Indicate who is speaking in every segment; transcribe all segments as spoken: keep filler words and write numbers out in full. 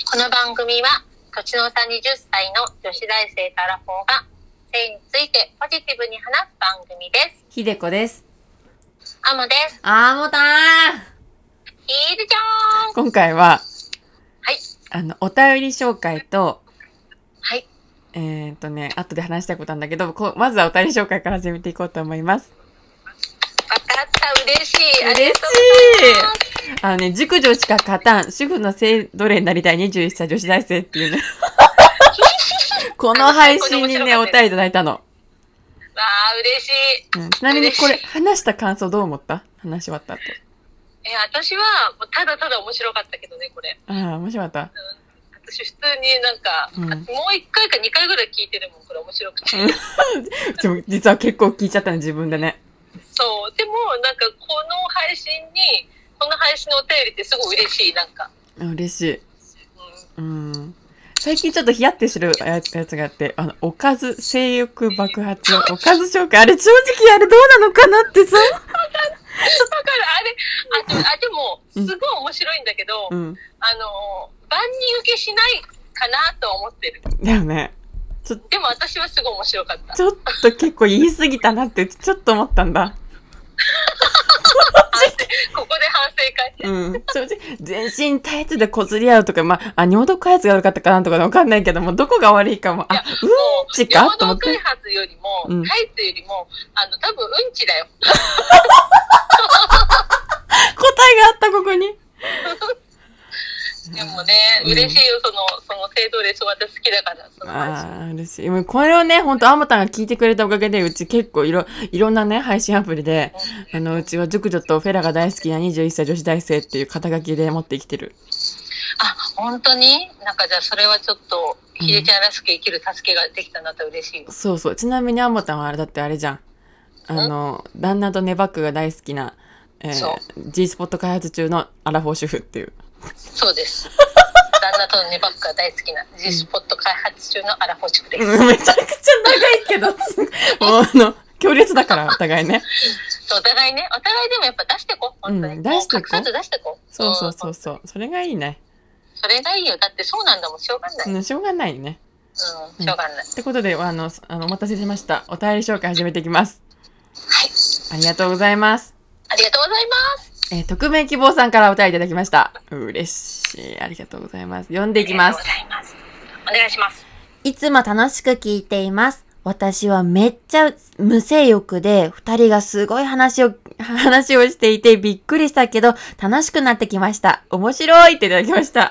Speaker 1: この番組は年の差にじゅっさいの女子大生とアラフォーが性についてポジティブに話す番組です。
Speaker 2: ひでこです。
Speaker 1: あもです。
Speaker 2: あもたー
Speaker 1: ひでちゃん。
Speaker 2: 今回は
Speaker 1: はい
Speaker 2: あのお便り紹介と
Speaker 1: はい
Speaker 2: えーっとね後で話したいことなんだけど、こまずはお便り紹介から始めていこうと思います。
Speaker 1: わかった、嬉しい。
Speaker 2: 嬉しい。あのね、熟女しか勝たん主婦の性奴隷になりたいにじゅういっさい女子大生っていうねこの配信にねお便りいただいたの。わ
Speaker 1: あ嬉しい、
Speaker 2: うん、ちなみにこれ話した感想どう思った？話し終わった後。
Speaker 1: え私はもうただただ面白かったけどねこれ。
Speaker 2: ああ面白かった、うん、
Speaker 1: 私普通になんか、うん、もういっかいかにかいぐらい聞いてるもんこれ面白くて
Speaker 2: でも実は結構聞いちゃったの自分でね。
Speaker 1: そうでもなんかこの配信にこの配信のお便りってすごい嬉しい。なんか
Speaker 2: 嬉しい、うん、うん最近ちょっとヒヤってするやつがあって、あのおかず性欲爆発のおかず紹介、あれ正直あれどうなのかなってさわかるわかる
Speaker 1: あれ あ, あでもすごい面白いんだけど、うん、あの万人受けしないかなと思ってる。
Speaker 2: だよね。ちょ
Speaker 1: でも私はすごい面白かった。
Speaker 2: ちょっと結構言い過ぎたなってちょっと思ったんだ
Speaker 1: ここで反省会。
Speaker 2: うん。正直、全身タイツでこずり合うとか、まあ、尿道開発が悪かったかなんとかわかんないけども、どこが悪いかも、あ、うんちかと思って。
Speaker 1: 尿道開発よりも、うん、タイツよりも、あの、多分うんちだよ。答
Speaker 2: えがあった、ここに。
Speaker 1: でもね、うん、嬉しいよ、その、その性奴隷、そう私好きだから、その配信。
Speaker 2: ああ、嬉しい。これをね、ほんと、あまたんが聞いてくれたおかげで、うち結構いろ、いろんなね、配信アプリで、うん、あの、うちは熟女とフェラが大好きなにじゅういっさい女子大生っていう肩書きで持って生きてる。
Speaker 1: あ、本当に？なんかじゃあそれはちょっと、ひでちゃんらしく生きる助けができたなと嬉しいよ。
Speaker 2: そうそう。ちなみにあまたんはあれだってあれじゃん。あの、旦那とネバックが大好きな、えー、G スポット開発中のアラフォー主婦っていう。
Speaker 1: そうです。旦那とのネバックが大好きな G スポット開発中のアラフォー主婦です、
Speaker 2: うん、めちゃくちゃ長いけどもうあの強烈だからお互いね
Speaker 1: そうお互いねお互いでもやっぱ出してこ本当に、うん、出してこ隠さず出してこ
Speaker 2: そうそうそうそうそれがいいね。
Speaker 1: それがいいよ。だってそうなんだもんしょうがない、
Speaker 2: うん、しょうがないね。
Speaker 1: うんしょうがない、うん、
Speaker 2: ってことであのあのお待たせしました。お便り紹介始めていきます。
Speaker 1: はい
Speaker 2: ありがとうございます。
Speaker 1: ありがとうございます。
Speaker 2: えー、匿名希望さんからお便りいただきました。嬉しい。ありがとうございます。読んでいきます。
Speaker 1: ありがとうございます。お願いします。
Speaker 3: いつも楽しく聞いています。私はめっちゃ無性欲で、二人がすごい話を、話をしていてびっくりしたけど、楽しくなってきました。面白いっていただきました。
Speaker 1: ね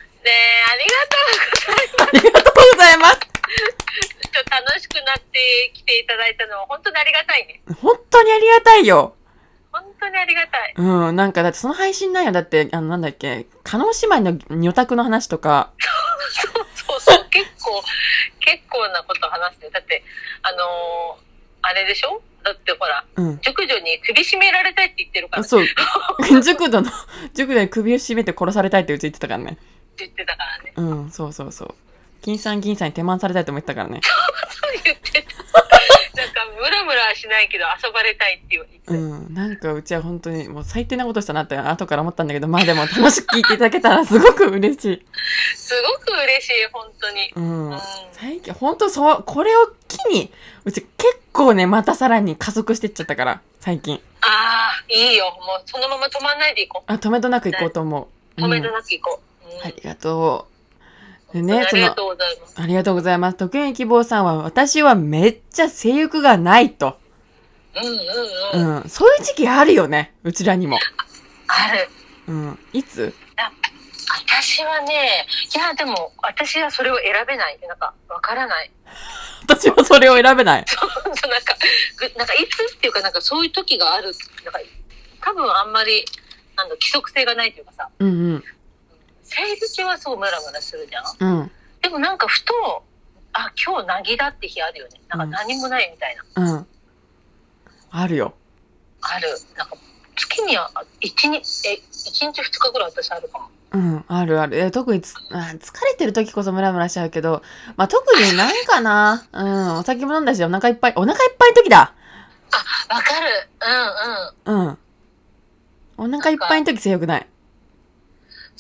Speaker 1: え、ありがとうございます。
Speaker 2: ありがとうございます。
Speaker 1: ちょっと楽しくなってきていただいたのは本当にありがたいね。
Speaker 2: 本当にありがたいよ。
Speaker 1: 本当にありがたい。
Speaker 2: うん、なんかだってその配信内容だって、あのなんだっけ、加納姉妹の女宅の話とか。
Speaker 1: そうそうそう、結構、結構なこと話して。だって、あのー、あれでしょ？だってほら、うん、熟女に首絞められたいって言ってるから、ね。
Speaker 2: そう。熟女の、熟女に首を絞めて殺されたいってうち言ってたからね。
Speaker 1: 言ってたからね。
Speaker 2: うん、そうそうそう。金さん銀さんに手満されたいと思ってたからね。
Speaker 1: そう言ってた。なんかムラムラはしないけど遊ばれたいって言って。
Speaker 2: うん、なんかうちは本当にもう最低なことしたなって後から思ったんだけど、まあでも楽しく聞いていただけたらすごく嬉しい。
Speaker 1: すごく嬉しい本当に。
Speaker 2: うん。うん、最近本当そうこれを機にうち結構ねまたさらに加速してっちゃったから最近。
Speaker 1: ああいいよもうそのまま止まんないでいこう。
Speaker 2: あ止めどなくいこうと思
Speaker 1: う。止めどなくいこう。
Speaker 2: うん、ありがとう。でね、
Speaker 1: ありがとうございます。
Speaker 2: ありがとうございます。特命希望さんは、私はめっちゃ性欲がないと。
Speaker 1: うんうんうん。
Speaker 2: うん。そういう時期あるよね。うちらにも。
Speaker 1: ある。
Speaker 2: うん。いつ？
Speaker 1: 私はね、いや、でも、私はそれを選べない。なんか、わからない。
Speaker 2: 私はそれを選べない。
Speaker 1: そう、なんか、なんかいつっていうか、なんかそういう時がある。なんか、多分あんまり、あの、規則性がないというかさ。
Speaker 2: うんうん。
Speaker 1: 生理中はそうムラムラするじゃん、うん、でもなんかふとあ今日なぎだって日あるよね。なんか何もないみたいな、
Speaker 2: うん、あるよ。
Speaker 1: ある。なんか月に一日え一日二日ぐらい私あるかも。
Speaker 2: うんあるある。え特につあ疲れてる時こそムラムラしちゃうけど、まあ特になんかなうんお酒も飲んだしお腹いっぱいお腹いっぱいの時だ。
Speaker 1: あわかる。うんうん
Speaker 2: うんお腹いっぱいの時性欲ない。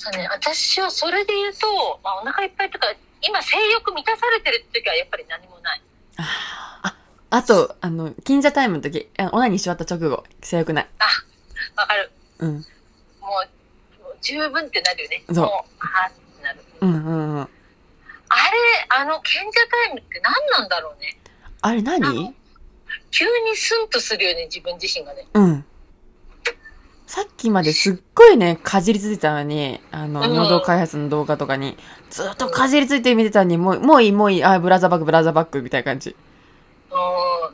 Speaker 1: そうね、私はそれで言うと、まあ、お腹いっぱいとか今性欲満たされてる時はやっぱり何もない。
Speaker 2: ああ、あとあの近所タイムの時、オナニーし終わった直後性欲ない。
Speaker 1: あ、わかる。
Speaker 2: うん。
Speaker 1: もう、もう十分ってなるよね。
Speaker 2: そう。もう
Speaker 1: あってなる。
Speaker 2: うんうんうん。あれ、
Speaker 1: あの賢者タイムって何なんだろうね。
Speaker 2: あれ何？
Speaker 1: 急にスンとするよね、自分自身がね。
Speaker 2: うん。さっきまですっごいね、かじりついてたのに、あの、
Speaker 1: うん、
Speaker 2: 喉開発の動画とかに、ずっとかじりついて見てたのに、もう、もういい、もういい、あ、ブラザーバック、ブラザーバック、みたいな感じ。
Speaker 1: うん、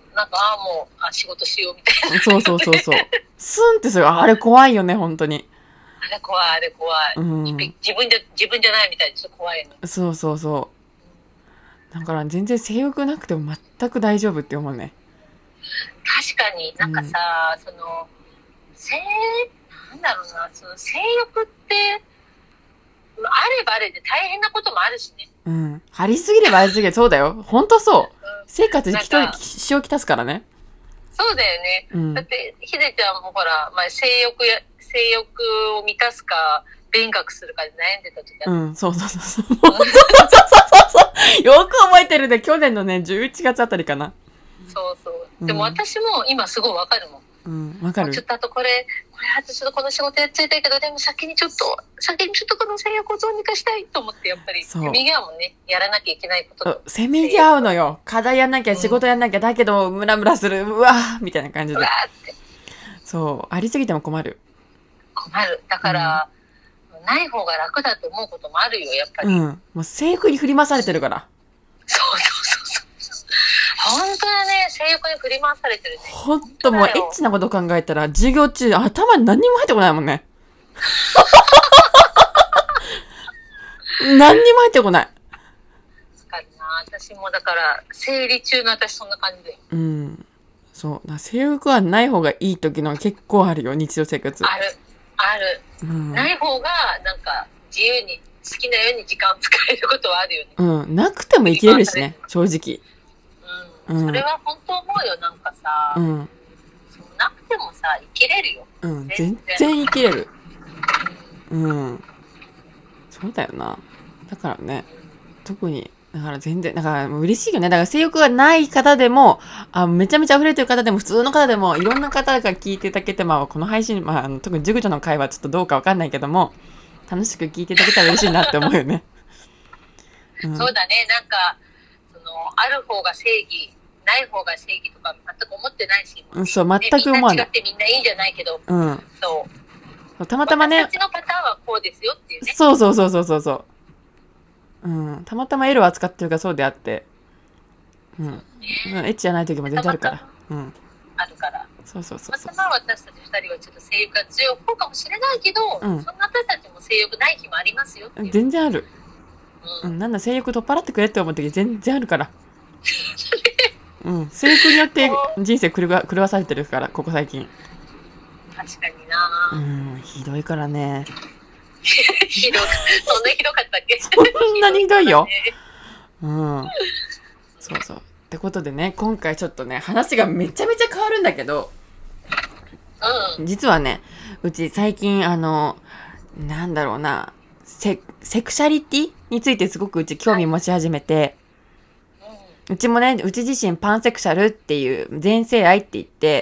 Speaker 1: なんか、あ、もう、あ、仕事しよう、みたいな。
Speaker 2: そうそうそうそう。スンってする。あれ怖いよね、本当に。
Speaker 1: あれ怖い、あれ怖い。うん、自分じゃ、自分じゃないみたいでちょっと怖いの。
Speaker 2: そうそうそう。だから全然性欲なくても全く大丈夫って思うね。
Speaker 1: 確かになんかさ、うん、その、性、なんだろうな、その性欲って、あればあれで大変なこともあるしね。
Speaker 2: うん。ありすぎればありすぎれば、そうだよ。ほんとそう。うん、生活に支障をきたすからね。
Speaker 1: そうだよね。うん、だって、ひでちゃんもほら、まあ、性欲や、性欲を満たすか、勉学するかで悩んでた時
Speaker 2: ある。うん、そうそうそうそう。そうそうそうそう。よく覚えてるね。去年のね、じゅういちがつあたりかな。
Speaker 1: そうそう。でも私も今すごいわかるもん。
Speaker 2: うん、わかる。
Speaker 1: ちょっとあとこれ、これあとちょっとこの仕事やっちゃいたいけど、でも先にちょっと、先にちょっとこの性欲をどうにかしたいと思って、やっぱり、せめぎ合うもんね、やらなきゃいけないこと。
Speaker 2: せめぎ合うのよ。課題やんなきゃ、仕事やんなきゃ、だけど、ムラムラする、うわーみたいな感じで。うわーって。そう、ありすぎても困る。
Speaker 1: 困る。だから、うん、ない方が楽だと思うこともあるよ、やっぱり。
Speaker 2: うん。もう性欲に振り回されてるから。
Speaker 1: そうそうそうそう。本当だね、性欲に振り回されてるね。
Speaker 2: ほんともうエッチなこと考えたら授業中頭に何にも入ってこないもんね。何にも入ってこない。
Speaker 1: 確かにな、私もだから生理中の私そんな感じで。
Speaker 2: うん、そう性欲はない方がいい時の結構あるよ、日常生活。
Speaker 1: あるある、うん、ない方がなんか自由に好きなように時間を使えることはあるよね。
Speaker 2: うん、なくても生きれるしね、正直。
Speaker 1: うん、それは本当思うよ、なんかさ、うん、そうなくてもさ生きれるよ。
Speaker 2: うん、全然生きれる。うん、そうだよな。だからね、特にだから全然だからもう嬉しいよね。だから性欲がない方でも、あ、めちゃめちゃ溢れてる方でも、普通の方でも、いろんな方が聞いていただけて、まあこの配信、まああの特に熟女の会はちょっとどうかわかんないけども、楽しく聞いていただけたら嬉しいなって思うよね。
Speaker 1: うん、そうだね、なんかそのある方が正義、ない方が正義とか全く思ってないし、
Speaker 2: うん、そう、全く思わない。
Speaker 1: みんな違ってみんないいんじゃないけど、
Speaker 2: うん、
Speaker 1: そう
Speaker 2: たまたまね、
Speaker 1: 私たちのパターンはこうですよっていうね。
Speaker 2: そうそうそうそうそうそう、うん、たまたま L を扱ってるからそうであって、うん、ね、エッチじゃない時も全然あるから、うん、
Speaker 1: あるから、
Speaker 2: そうそうそうそう。
Speaker 1: またま私たちふたりはちょっと性欲が強い方かもしれないけど、うん、そんな私たちも性欲ない日もありますよっていう。
Speaker 2: 全然ある。うん、うん、なんだ性欲取っ払ってくれって思う時全然あるから。うん、性欲によって人生狂わ、狂わされてるからここ最近。
Speaker 1: 確かにな。
Speaker 2: うん、ひどいからね。
Speaker 1: ひどい、そんなひどかったっけ？
Speaker 2: そんなにひどいよ。うん。そうそう。ってことでね、今回ちょっとね、話がめちゃめちゃ変わるんだけど、うん、実はね、うち最近あの、なんだろうな、セ、セクシャリティについてすごくうち興味持ち始めて、はい、うん、うちもね、うち自身パンセクシャルっていう全性愛って言って、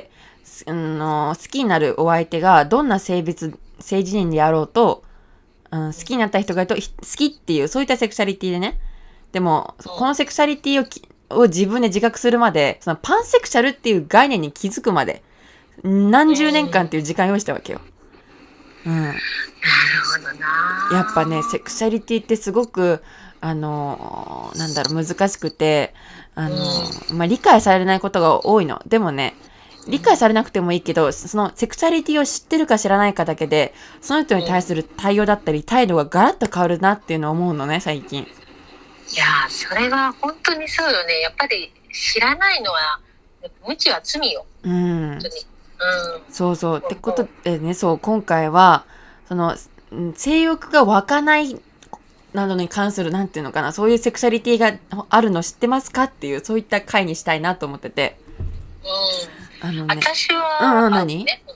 Speaker 2: あの、好きになるお相手がどんな性別、性自認であろうと、うん、好きになった人がいると好きっていう、そういったセクシャリティでね。でも、このセクシャリティをきを自分で自覚するまで、そのパンセクシャルっていう概念に気づくまで、何十年間っていう時間用意したわけよ。うん。なる
Speaker 1: ほどな。
Speaker 2: やっぱね、セクシャリティってすごく、あの、なんだろう、難しくて、あの、まあ、理解されないことが多いの。でもね、理解されなくてもいいけど、そのセクシャリティを知ってるか知らないかだけで、その人に対する対応だったり、態度がガラッと変わるなっていうのを思うのね、最近。
Speaker 1: いやー、それは本当にそうよね。やっぱり知らないのは無知は罪よ。
Speaker 2: うん。
Speaker 1: 本当に。うん。
Speaker 2: そうそう。ってことでね、そう、今回は、その、性欲が湧かないなどに関する、なんていうのかな、そういうセクシャリティがあるの知ってますかっていう、そういった回にしたいなと思ってて。
Speaker 1: うん。あのね、私は、
Speaker 2: うんうん、何？
Speaker 1: ね、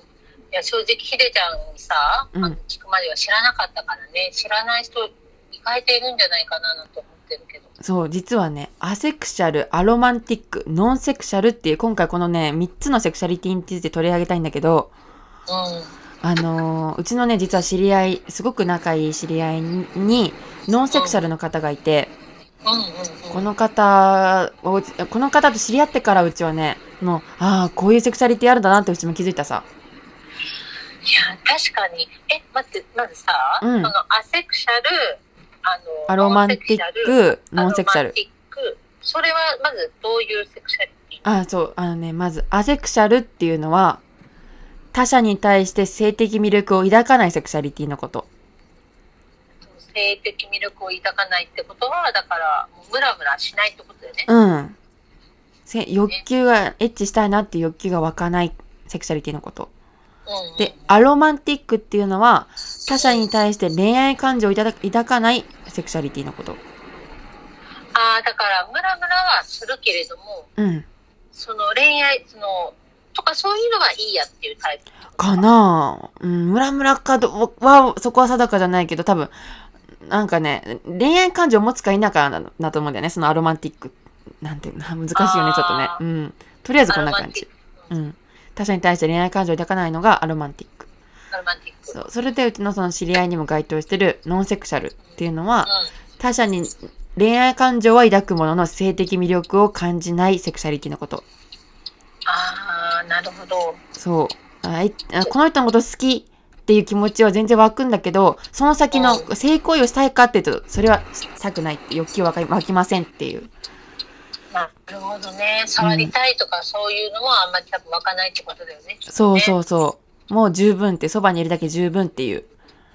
Speaker 1: いや、正直ひでちゃんにさ、
Speaker 2: うん
Speaker 1: あの聞くまでは知らなかったからね、知らない人意外といるんじゃないかなと思ってるけど。
Speaker 2: そう、実はね、アセクシャル、アロマンティック、ノンセクシャルっていう、今回このね、みっつのセクシャリティについて取り上げたいんだけど、
Speaker 1: うん。
Speaker 2: あのーうちのね、実は知り合い、すごく仲いい知り合いに、ノンセクシャルの方がいて、
Speaker 1: うんうんうん。
Speaker 2: この方を、この方と知り合ってからうちはね、もう、ああ、こういうセクシャリティあるんだなってうちも気づいたさ。
Speaker 1: いや、確かに。え、待って、まずさ、
Speaker 2: うん
Speaker 1: そのアセクシャル、あの、
Speaker 2: アロマンティック、ノンセクシャル
Speaker 1: アロマン。ティック、それはまずどういうセクシャリティ？
Speaker 2: あ、そう、あのね、まず、アセクシャルっていうのは、他者に対して性的魅力を抱かないセクシャリティのこと。
Speaker 1: 性的魅力を抱かないってことは、だから、もうムラムラしないってことだよね。
Speaker 2: うん。せ欲求が、エッチしたいなっていう欲求が湧かないセクシャリティのこと。
Speaker 1: うんうん、
Speaker 2: で、アロマンティックっていうのは、他者に対して恋愛感情を抱抱かないセクシャリティのこと。
Speaker 1: ああ、だから、ムラムラはするけれども、
Speaker 2: うん。
Speaker 1: その恋愛、その、とかそういうのはいいやっていうタイプ。
Speaker 2: かなぁ。うん、ムラムラかどは、そこは定かじゃないけど、多分、なんかね、恋愛感情を持つか否かななと思うんだよね、そのアロマンティック。なんていうの、難しいよね、ちょっとね。うん。とりあえずこんな感じ。うん。他者に対して恋愛感情を抱かないのがアロマンティック。
Speaker 1: アロマンティック。
Speaker 2: そう。それでうちのその知り合いにも該当してるノンセクシャルっていうのは、
Speaker 1: うん、
Speaker 2: 他者に恋愛感情は抱くものの性的魅力を感じないセクシャリティのこと。
Speaker 1: ああ、なるほど。
Speaker 2: そう。あいあこの人のこと好きっていう気持ちは全然湧くんだけど、その先の性行為をしたいかっていうと、それはしたくないって欲求は湧きませんっていう。
Speaker 1: なるほどね。触りたいとかそういうのもあんまり多分湧かないってことだよね。
Speaker 2: そうそうそう。もう十分って、そばにいるだけ十分っていう。
Speaker 1: う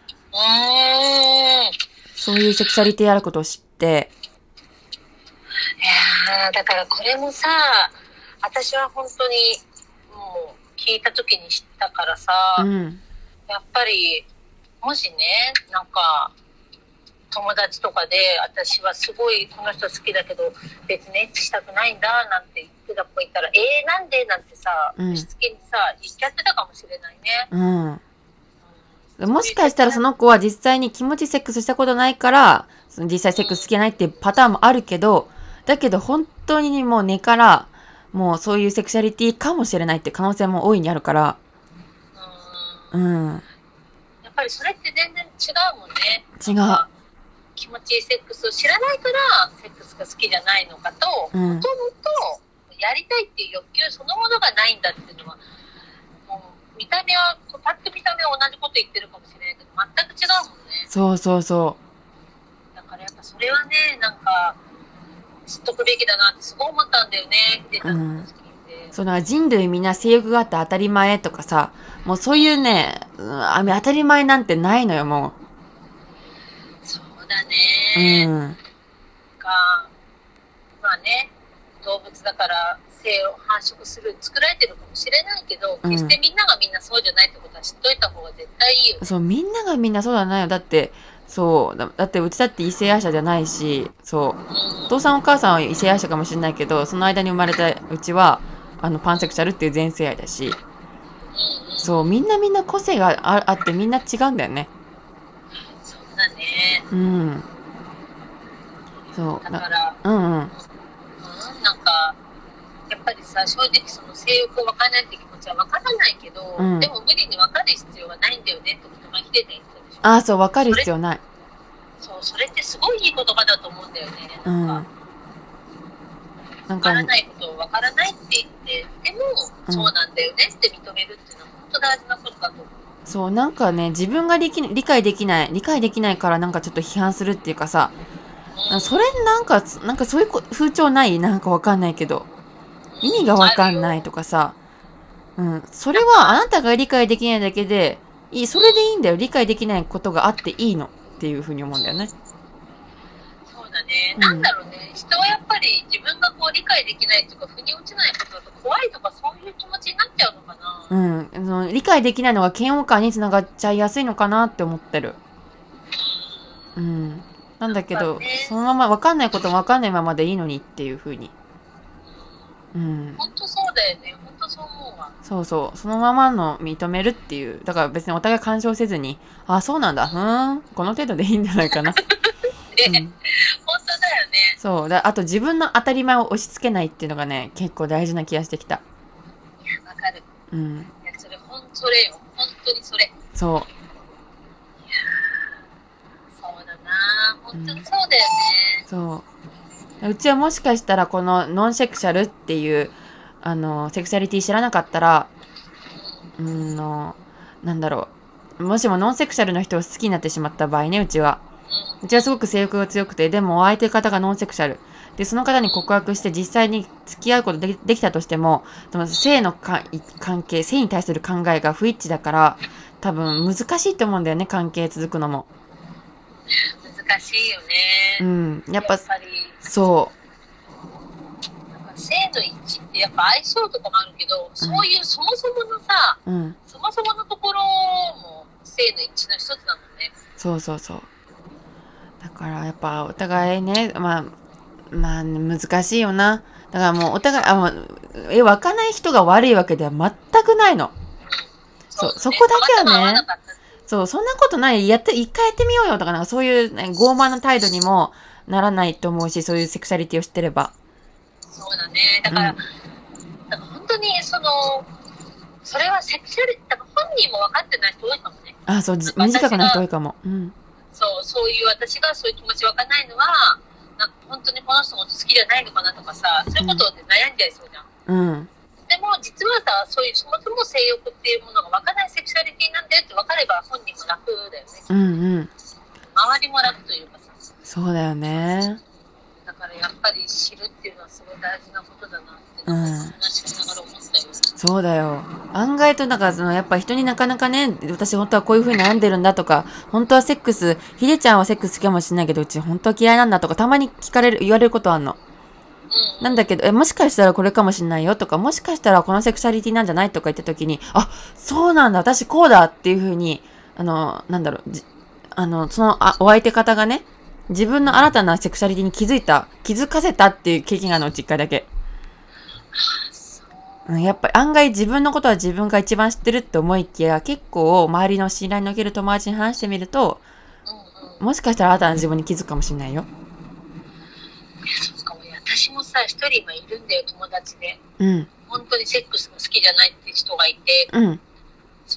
Speaker 1: ーん。
Speaker 2: そういうセクシャリティあることを知って。
Speaker 1: いやー、だからこれもさ、私は本当にもう聞いた時に知ったからさ、
Speaker 2: うん。
Speaker 1: やっぱりもしね、なんか友達とかで私はすごいこの人好きだけど別にエッチしたくないんだなんて言ってた子いたら、えーなんでなんてさ、
Speaker 2: うん
Speaker 1: しつけにさ言っちゃってたかもしれないね。
Speaker 2: うん。もしかしたらその子は実際に気持ちセックスしたことないから、その実際セックス好きじゃないっていうパターンもあるけど、だけど本当にもう根から、もうそういうセクシャリティかもしれないっていう可能性も大いにあるから、
Speaker 1: うん、
Speaker 2: うん。
Speaker 1: やっぱりそれって全然違うもんね。
Speaker 2: 違う。
Speaker 1: なんか気持ちいいセックスを知らないからセックスが好きじゃないのかと、
Speaker 2: うん
Speaker 1: もともとやりたいっていう欲求そのものがないんだっていうのは、もう見た目は、パッと見た目は同じこと言ってるかもしれないけど、全く違うもんね。
Speaker 2: そうそうそ
Speaker 1: だからやっぱそれはね、なんか、知っとくべきだなってすごい思ったんだよね、って言ったのを聞いて。
Speaker 2: う。そうだ、人類みんな性欲があって当たり前とかさ、もうそういうね、うん、あ当たり前なんてないのよ、も
Speaker 1: そうだ
Speaker 2: う。
Speaker 1: ね。
Speaker 2: うん。
Speaker 1: なんか、まあね、動物だから性を繁殖する、作られてるかもしれないけど、
Speaker 2: うん
Speaker 1: 決してみんながみんなそうじゃないってことは知っといた方が絶対いいよね。
Speaker 2: そう、みんながみんなそうだないよ。だって、そうだ、だってうちだって異性愛者じゃないし、そう。お父さんお母さんは異性愛者かもしれないけど、その間に生まれたうちは、あの、パンセクシャルっていう全性愛だし、そう、みんなみんな個性がああってみんな違うんだよね。
Speaker 1: そうだね。
Speaker 2: うん。そう。
Speaker 1: だから、
Speaker 2: うんうん。
Speaker 1: うん、なんか、やっぱりさ、正直その性欲を分からないって気持ちは分からないけど、
Speaker 2: うん
Speaker 1: でも無理に分かる必要はないんだよねってことがヒデちゃん言ってたでしょ。
Speaker 2: ああ、そう、わかる必要ない。
Speaker 1: そう、それってすごいいい言葉だと思うんだよね。
Speaker 2: う
Speaker 1: なんか
Speaker 2: ん。なんか
Speaker 1: 分から、ないことを分からないって言って、でも、
Speaker 2: うん
Speaker 1: そうなんだよねって認めるっていうのは本当大事なことだと思う。
Speaker 2: そう、なんかね、自分が理き理解できない、理解できないからなんかちょっと批判するっていうかさ、
Speaker 1: うん、
Speaker 2: それなんか、なんかそういうこ風潮ないなんかわかんないけど。意味がわかんないとかさ。うん。それはあなたが理解できないだけで、いい、それでいいんだよ。理解できないことがあっていいのっていうふうに思うんだよね。
Speaker 1: そうだね、
Speaker 2: うん
Speaker 1: なんだろうね、人はやっぱり自分がこう理解できないとか腑に落ちないことだと怖いとかそういう気持ちになっちゃうのかな。
Speaker 2: うん。その理解できないのが嫌悪感につながっちゃいやすいのかなって思ってる。うん。なんだけど、
Speaker 1: なんかね
Speaker 2: そのままわかんないこともわかんないままでいいのにっていうふうに。うん。
Speaker 1: 本当そうだよね、本当そう思うわ。
Speaker 2: そうそう。そのままの認めるっていう。だから別にお互い干渉せずに、あ、そうなんだ。ふーん。この程度でいいんじゃないかな。
Speaker 1: ね、
Speaker 2: うん、
Speaker 1: 本当だよね。
Speaker 2: そう。だあと自分の当たり前を押し付けないっていうのがね、結構大事な気がしてきた。
Speaker 1: いや、わかる。
Speaker 2: うん。
Speaker 1: いや、それ、ほんそれよ。本当にそれ。
Speaker 2: そう。
Speaker 1: いやそうだな。本当にそうだよね。
Speaker 2: うん、そう。うちはもしかしたらこのノンセクシャルっていう、あの、セクシャリティ知らなかったら、うんの、なんだろう。もしもノンセクシャルの人を好きになってしまった場合ね、うちは。うちはすごく性欲が強くて、でもお相手方がノンセクシャル。で、その方に告白して実際に付き合うことでできたとしても、でも性のか関係、性に対する考えが不一致だから、多分難しいと思うんだよね、関係続くのも。
Speaker 1: 難しいよね。
Speaker 2: うん。やっぱ、
Speaker 1: やっぱり
Speaker 2: そ
Speaker 1: なんか性の一致ってやっぱ相性とかもあるけど、そういうそもそものさ、
Speaker 2: う。うん。
Speaker 1: そもそものところも性の一致の一つなのね。
Speaker 2: そうそうそう。だからやっぱお互いね、まあ、まあ難しいよな。だからもうお互い、あ、もう、え、湧かない人が悪いわけでは全くないの。そう、そこだけはね、そう、そんなことない。やって、一回やってみようよとか、なんかそういう、ね、傲慢な態度にもならないと思うし、そういうセクシャリティを知ってれば。
Speaker 1: そうだね。だから、うん、だから本当にその、それはセクシャリティ、だから本人も分かってない人多いかもね。
Speaker 2: あ、そう、無自覚な人多いかも。うん。
Speaker 1: そう、そういう私がそういう気持ち分かんないのは、なんか本当にこの人も好きじゃないのかなとかさ、そういうことで悩んじゃいそうじゃん。
Speaker 2: うん。
Speaker 1: でも実はさ、そういうそもそも性欲っていうものが分からないセクシャリティなんだよって分かれば本人も楽だよね。
Speaker 2: うんうん。
Speaker 1: 周りも楽というかさ。
Speaker 2: そうだよね。
Speaker 1: だからやっぱり知るっていうのはすごい大事なことだなって、なんか話しながら思ったよ。
Speaker 2: そうだよ。案外と、なんか、その、やっぱ人になかなかね、私本当はこういう風に悩んでるんだとか、本当はセックス、ひでちゃんはセックス好きかもしれないけど、うち本当は嫌いなんだとか、たまに聞かれる、言われることあんの。うん、なんだけど、え、もしかしたらこれかもしれないよとか、もしかしたらこのセクシャリティなんじゃないとか言った時に、あ、そうなんだ、私こうだっていう風に、あの、なんだろう、じあの、その、あ、お相手方がね、自分の新たなセクシャリティに気づいた、気づかせたっていう経験があるの、うち一回だけ。うん、やっぱり案外自分のことは自分が一番知ってるって思いきや、結構周りの信頼のおける友達に話してみると、うんうん、もしかしたら新たな自分に気づくかもしれないよ。
Speaker 1: いや、そうかも。私もさ、一人今いるんだよ、友達で。
Speaker 2: うん。
Speaker 1: 本当にセックスが好きじゃないっていう人がいて。
Speaker 2: うん。
Speaker 1: そう。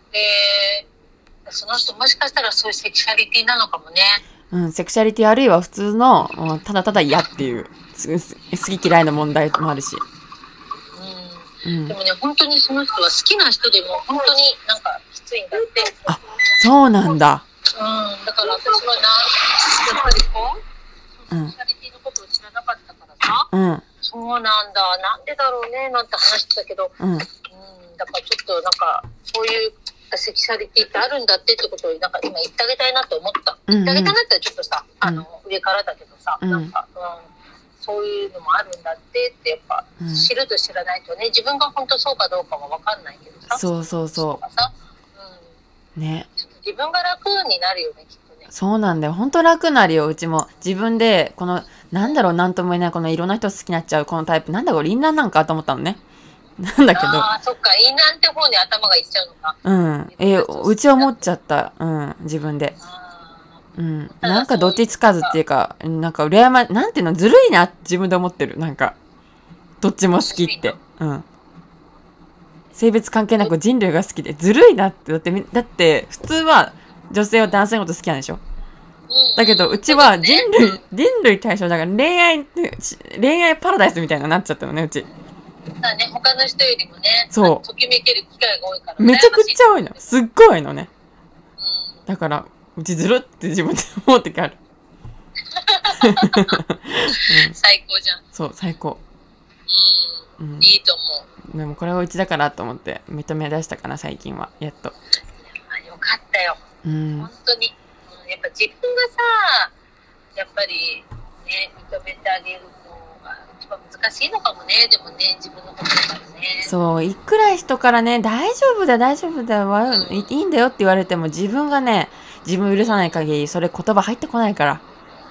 Speaker 1: で、その人もしかしたらそういうセクシャリティなのかもね。
Speaker 2: うん、セクシャリティあるいは普通の、ただただ嫌っていう、好き嫌いの問題もあるし。
Speaker 1: うん、でもね、本当にその人は好きな人でも本当になんかきついんだって。
Speaker 2: あ、そうなんだ。
Speaker 1: うん、だから私はな、やっぱりこう、セクシャリティのことを知らなかったからさ、うん、そうなんだ、なんでだろうね、なんて話してたけど、うん、うん、だからちょっとなんか、そういうセクシャリティってあるんだってってことをなんか今言ってあげたいなと思った。うんうん、言ってあげたいなってちょっとさ、あの、うん、上からだけどさ、なんか、うんそういうのもあるんだってってやっぱ、うん、知ると知らないとね自分が本当そうかどうかは分かんないけどさ
Speaker 2: そうそうそう
Speaker 1: さ、うん、
Speaker 2: ね
Speaker 1: 自分が楽になるよねきっとね
Speaker 2: そうなんだよ本当楽になるようちも自分でこのなんだろうなんとも言えないこのいろんな人好きになっちゃうこのタイプなんだろう淫乱なんかと思ったのねなんだけど
Speaker 1: ああそっか淫乱って方に頭がいっちゃうのか
Speaker 2: うんえうちは思っちゃったうん自分でうん、なんかどっちつかずっていうか、なんか羨ま、なんていうの、ずるいなって自分で思ってる。なんか、どっちも好きって。うん。性別関係なく人類が好きで、ずるいなって、だって、だって普通は女性は男性のこと好きなんでしょだけど、うちは人類、人類対象だから恋愛って、恋愛パラダイスみたいななっちゃったのね、うち。
Speaker 1: だね、他の人よりもね、
Speaker 2: そう。
Speaker 1: ときめける機会が多いから。
Speaker 2: めちゃくちゃ多いの。すっごい多いのね。うん、だから、うちずるって自分で思う時ある、
Speaker 1: うん、最高じゃん
Speaker 2: そう最高
Speaker 1: うん、うん、いいと思
Speaker 2: うでもこれはうちだからと思って認め出したかな最近はやっと
Speaker 1: よかったよ、うん、本当に、うん、やっぱ自分がさやっぱりね認めてあげるのが一番難しいのかもねでもね自分のことだからね
Speaker 2: そういくら人からね大丈夫だ大丈夫だ、うん、いいんだよって言われても自分がね自分を許さない限りそれ言葉入ってこないから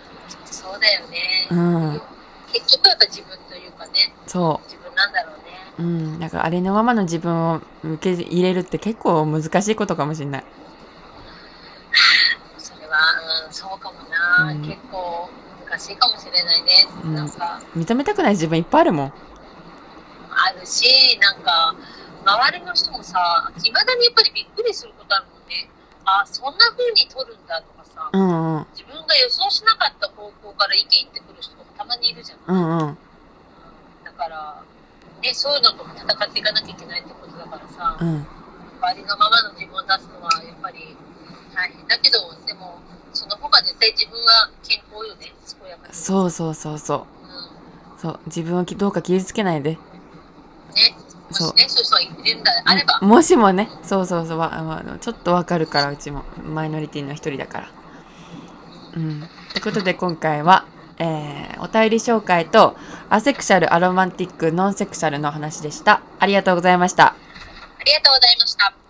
Speaker 1: そうだよね、
Speaker 2: うん、
Speaker 1: 結局やっぱ自分というかね
Speaker 2: そう
Speaker 1: 自分なんだろうね
Speaker 2: うん、なんかありのままの自分を受け入れるって結構難しいことかもしれない。
Speaker 1: それは、うん、そうかもな、
Speaker 2: うん
Speaker 1: 結構難しいかもしれないね、
Speaker 2: うん
Speaker 1: なんか
Speaker 2: 認めたくない自分いっぱいあるもん。
Speaker 1: あるし、なんか周りの人もさ、いまだにやっぱりびっくりすることあるもんね。あ、そんな風に取るんだとかさ、
Speaker 2: うんうん
Speaker 1: 自分が予想しなかった方向から意見言ってくる人もたまにいるじゃん。
Speaker 2: うんうん
Speaker 1: だからね、そういうのとも戦っていかなきゃいけないってことだからさ、
Speaker 2: うん
Speaker 1: ありのままの自分を出すのはやっぱり大変だけど、でもその方が絶対自分は健康よね、健やかに。
Speaker 2: そうそうそうそう
Speaker 1: うん、
Speaker 2: そう自分をきどうか傷つけないで。
Speaker 1: ね、もしね、そういう人がいるんであれば、
Speaker 2: もしもね、そうそうそう、わまあちょっとわかるから、うちもマイノリティの一人だから。うん。ってことで今回は、えー、お便り紹介とアセクシャル、アロマンティック、ノンセクシャルの話でした。ありがとうございました。
Speaker 1: ありがとうございました。